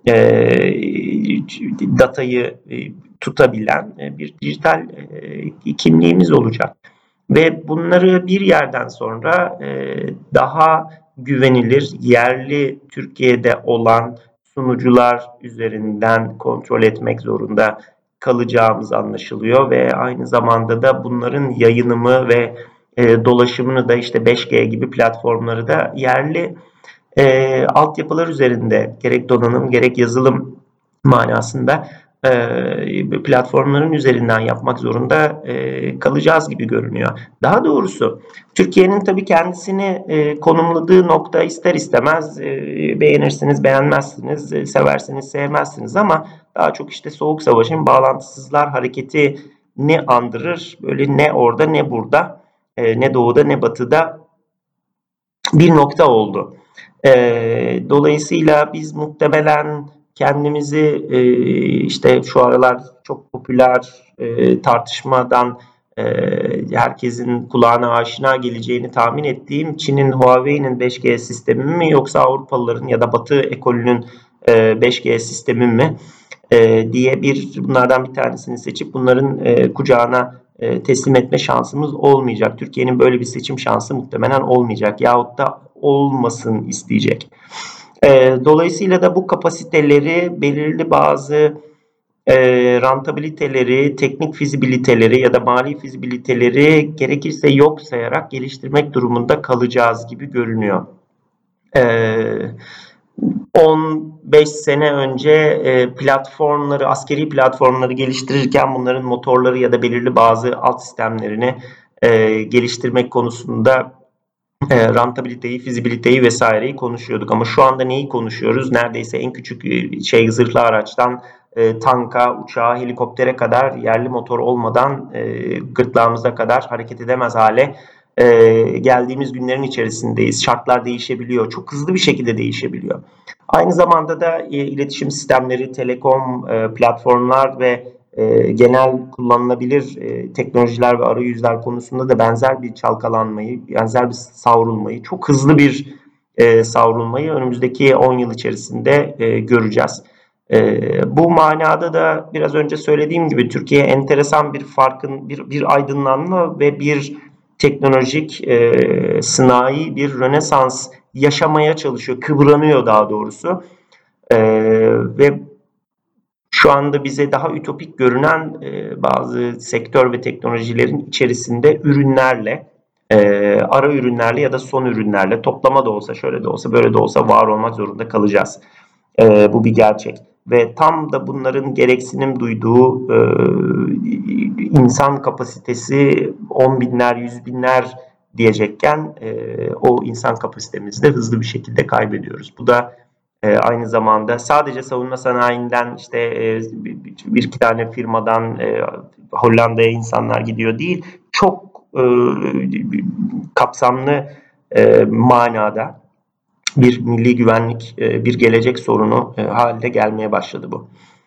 datayı tutabilen bir dijital kimliğimiz olacak. Ve bunları bir yerden sonra daha güvenilir, yerli Türkiye'de olan sunucular üzerinden kontrol etmek zorunda kalacağımız anlaşılıyor ve aynı zamanda da bunların yayınımı ve dolaşımını da işte 5G gibi platformları da yerli altyapılar üzerinde gerek donanım gerek yazılım manasında platformların üzerinden yapmak zorunda kalacağız gibi görünüyor. Daha doğrusu Türkiye'nin tabii kendisini konumladığı nokta ister istemez beğenirsiniz, beğenmezsiniz, seversiniz, sevmezsiniz ama daha çok işte Soğuk Savaş'ın bağlantısızlar hareketini andırır. Böyle ne orada ne burada, ne doğuda ne batıda bir nokta oldu. Dolayısıyla biz muhtemelen kendimizi işte şu aralar çok popüler tartışmadan herkesin kulağına aşina geleceğini tahmin ettiğim Çin'in Huawei'nin 5G sistemi mi yoksa Avrupalıların ya da Batı ekolünün 5G sistemi mi diye bunlardan bir tanesini seçip bunların kucağına teslim etme şansımız olmayacak. Türkiye'nin böyle bir seçim şansı muhtemelen olmayacak yahut da olmasın isteyecek. Dolayısıyla da bu kapasiteleri belirli bazı rentabiliteleri, teknik fizibiliteleri ya da mali fizibiliteleri gerekirse yok sayarak geliştirmek durumunda kalacağız gibi görünüyor. 15 sene önce askeri platformları geliştirirken bunların motorları ya da belirli bazı alt sistemlerini geliştirmek konusunda rentabiliteyi, fizibiliteyi vesaireyi konuşuyorduk. Ama şu anda neyi konuşuyoruz? Neredeyse en küçük zırhlı araçtan tanka, uçağa, helikoptere kadar yerli motor olmadan gırtlağımıza kadar hareket edemez hale geldiğimiz günlerin içerisindeyiz. Şartlar değişebiliyor. Çok hızlı bir şekilde değişebiliyor. Aynı zamanda da iletişim sistemleri, telekom platformlar ve genel kullanılabilir teknolojiler ve arayüzler konusunda da benzer bir çalkalanmayı, benzer bir savrulmayı, çok hızlı bir savrulmayı önümüzdeki 10 yıl içerisinde göreceğiz. Bu manada da biraz önce söylediğim gibi Türkiye enteresan bir farkın, bir aydınlanma ve bir teknolojik, sınai bir rönesans yaşamaya çalışıyor, kıvranıyor daha doğrusu. Ve şu anda bize daha ütopik görünen bazı sektör ve teknolojilerin içerisinde ürünlerle, ara ürünlerle ya da son ürünlerle toplama da olsa, şöyle de olsa, böyle de olsa var olmak zorunda kalacağız. Bu bir gerçek. Ve tam da bunların gereksinim duyduğu insan kapasitesi 10 binler, 100 binler diyecekken o insan kapasitemizi de hızlı bir şekilde kaybediyoruz. Bu da aynı zamanda sadece savunma sanayinden işte bir iki tane firmadan Hollanda'ya insanlar gidiyor değil, çok kapsamlı manada bir milli güvenlik, bir gelecek sorunu haline gelmeye başladı bu.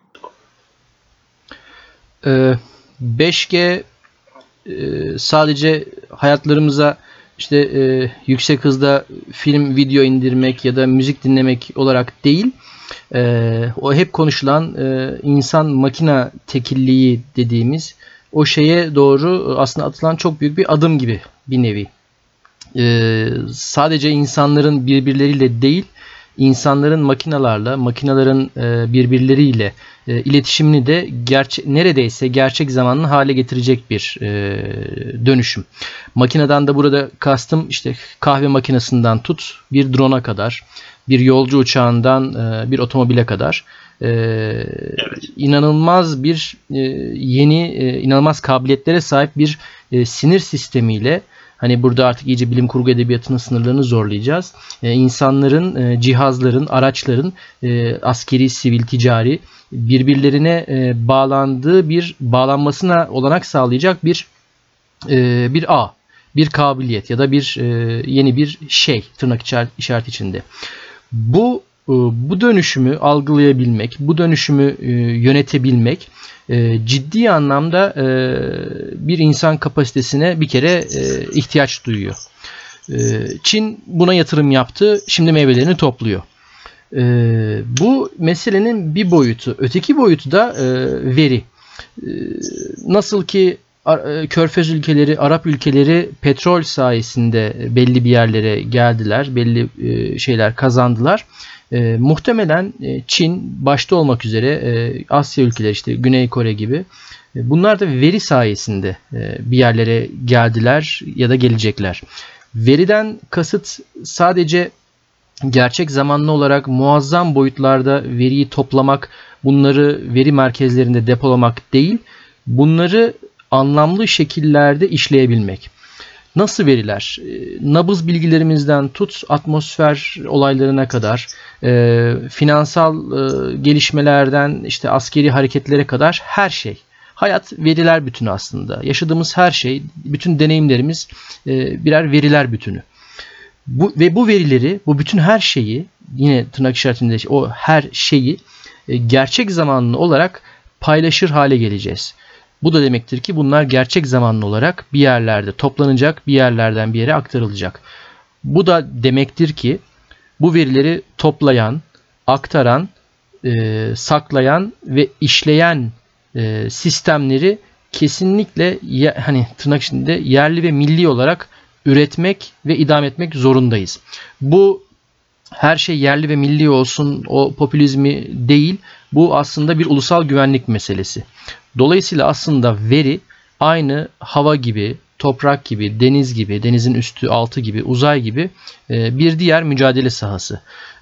5G sadece hayatlarımıza işte yüksek hızda film, video indirmek ya da müzik dinlemek olarak değil, o hep konuşulan insan makina tekilliği dediğimiz o şeye doğru aslında atılan çok büyük bir adım gibi bir nevi. Sadece insanların birbirleriyle değil, insanların makinalarla, makinaların birbirleriyle iletişimini de neredeyse gerçek zamanlı hale getirecek bir dönüşüm. Makineden de burada kastım işte kahve makinesinden tut bir drone'a kadar, bir yolcu uçağından bir otomobile kadar inanılmaz bir inanılmaz kabiliyetlere sahip bir sinir sistemiyle, hani burada artık iyice bilim kurgu edebiyatının sınırlarını zorlayacağız. İnsanların, cihazların, araçların askeri, sivil, ticari birbirlerine bağlanmasına olanak sağlayacak bir ağ, bir kabiliyet ya da yeni bir şey, tırnak işareti içinde. Bu dönüşümü algılayabilmek, bu dönüşümü yönetebilmek ciddi anlamda bir insan kapasitesine bir kere ihtiyaç duyuyor. Çin buna yatırım yaptı, şimdi meyvelerini topluyor. Bu meselenin bir boyutu. Öteki boyutu da veri. Nasıl ki Körfez ülkeleri, Arap ülkeleri petrol sayesinde belli bir yerlere geldiler, belli şeyler kazandılar. Muhtemelen Çin başta olmak üzere Asya ülkeleri, işte Güney Kore gibi, bunlar da veri sayesinde bir yerlere geldiler ya da gelecekler. Veriden kasıt sadece gerçek zamanlı olarak muazzam boyutlarda veriyi toplamak, bunları veri merkezlerinde depolamak değil, bunları anlamlı şekillerde işleyebilmek. Nasıl veriler? Nabız bilgilerimizden tut atmosfer olaylarına kadar, finansal gelişmelerden işte askeri hareketlere kadar her şey. Hayat veriler bütünü aslında. Yaşadığımız her şey, bütün deneyimlerimiz birer veriler bütünü. Bu verileri, bu bütün her şeyi, yine tırnak işaretinde o her şeyi gerçek zamanlı olarak paylaşır hale geleceğiz. Bu da demektir ki bunlar gerçek zamanlı olarak bir yerlerde toplanacak, bir yerlerden bir yere aktarılacak. Bu da demektir ki bu verileri toplayan, aktaran, saklayan ve işleyen sistemleri kesinlikle hani tırnak içinde yerli ve milli olarak üretmek ve idame etmek zorundayız. Bu her şey yerli ve milli olsun, o popülizmi değil, bu aslında bir ulusal güvenlik meselesi. Dolayısıyla aslında veri aynı hava gibi, toprak gibi, deniz gibi, denizin üstü altı gibi, uzay gibi bir diğer mücadele sahası.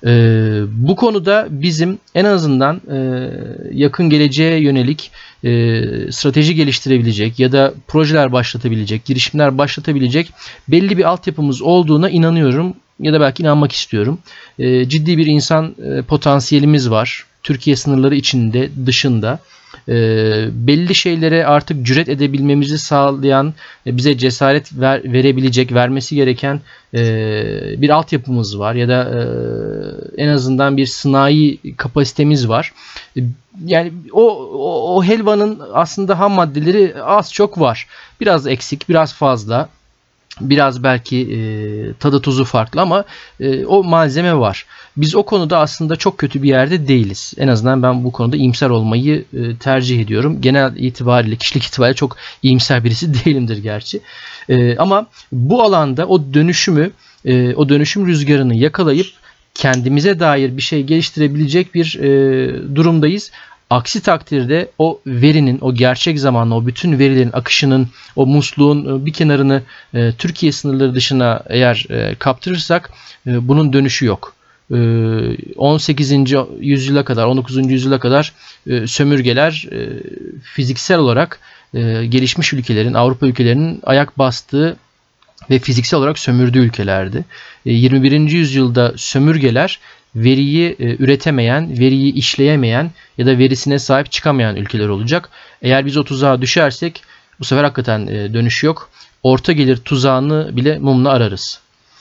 Bu konuda bizim en azından yakın geleceğe yönelik strateji geliştirebilecek ya da projeler başlatabilecek, girişimler başlatabilecek belli bir altyapımız olduğuna inanıyorum ya da belki inanmak istiyorum. Ciddi bir insan potansiyelimiz var. Türkiye sınırları içinde, dışında. Belli şeylere artık cüret edebilmemizi sağlayan, bize cesaret verebilecek, vermesi gereken bir altyapımız var ya da en azından bir sınai kapasitemiz var. Yani o helvanın aslında ham maddeleri az çok var. Biraz eksik, biraz fazla. Biraz belki tadı tuzu farklı ama o malzeme var. Biz o konuda aslında çok kötü bir yerde değiliz. En azından ben bu konuda iyimser olmayı tercih ediyorum. Genel itibariyle, kişilik itibariyle çok iyimser birisi değilimdir gerçi. Ama bu alanda o dönüşüm rüzgarını yakalayıp kendimize dair bir şey geliştirebilecek bir durumdayız. Aksi takdirde o verinin, o gerçek zamanlı, o bütün verilerin akışının, o musluğun bir kenarını Türkiye sınırları dışına eğer kaptırırsak bunun dönüşü yok. 18. yüzyıla kadar, 19. yüzyıla kadar sömürgeler fiziksel olarak gelişmiş ülkelerin, Avrupa ülkelerinin ayak bastığı ve fiziksel olarak sömürdüğü ülkelerdi. 21. yüzyılda sömürgeler veriyi üretemeyen, veriyi işleyemeyen ya da verisine sahip çıkamayan ülkeler olacak. Eğer biz o tuzağa düşersek bu sefer hakikaten dönüş yok. Orta gelir tuzağını bile mumla ararız.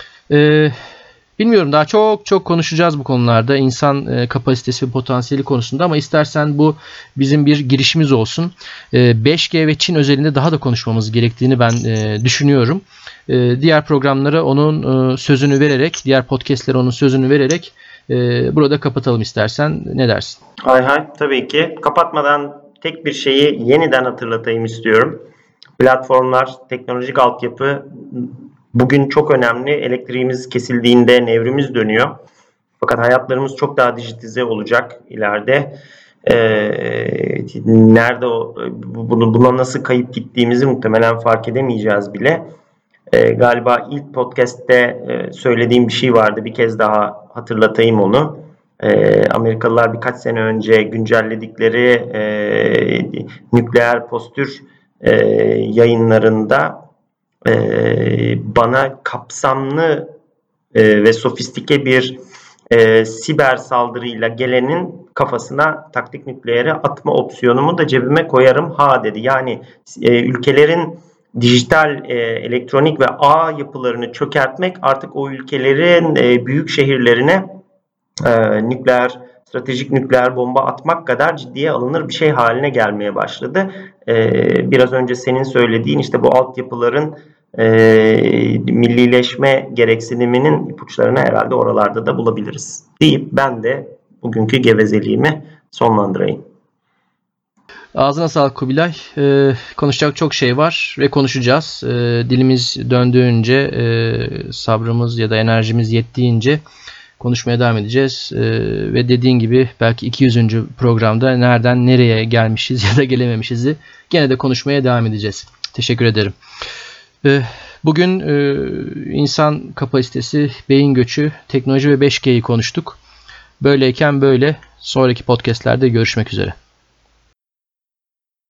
Bilmiyorum, daha çok konuşacağız bu konularda, insan kapasitesi ve potansiyeli konusunda, ama istersen bu bizim bir girişimiz olsun. 5G ve Çin özelinde daha da konuşmamız gerektiğini ben düşünüyorum. Diğer programlara onun sözünü vererek, diğer podcastlere onun sözünü vererek burada kapatalım istersen. Ne dersin? Hay tabii ki. Kapatmadan tek bir şeyi yeniden hatırlatayım istiyorum. Platformlar, teknolojik altyapı bugün çok önemli. Elektriğimiz kesildiğinde nevrimiz dönüyor. Fakat hayatlarımız çok daha dijitize olacak ileride. Nerede buna nasıl kayıp gittiğimizi muhtemelen fark edemeyeceğiz bile. Galiba ilk podcast'te söylediğim bir şey vardı. Bir kez daha hatırlatayım onu. Amerikalılar birkaç sene önce güncelledikleri nükleer postür yayınlarında bana kapsamlı ve sofistike bir siber saldırıyla gelenin kafasına taktik nükleere atma opsiyonumu da cebime koyarım ha dedi. Yani ülkelerin dijital, elektronik ve ağ yapılarını çökertmek artık o ülkelerin büyük şehirlerine stratejik nükleer bomba atmak kadar ciddiye alınır bir şey haline gelmeye başladı. Biraz önce senin söylediğin işte bu altyapıların millileşme gereksiniminin ipuçlarını herhalde oralarda da bulabiliriz deyip ben de bugünkü gevezeliğimi sonlandırayım. Ağzına sağlık Kubilay. Konuşacak çok şey var ve konuşacağız. Dilimiz döndüğünce, sabrımız ya da enerjimiz yettiğince konuşmaya devam edeceğiz. Ve dediğin gibi belki 200. programda nereden nereye gelmişiz ya da gelememişizi gene de konuşmaya devam edeceğiz. Teşekkür ederim. Bugün insan kapasitesi, beyin göçü, teknoloji ve 5G'yi konuştuk. Böyleyken böyle. Sonraki podcastlerde görüşmek üzere.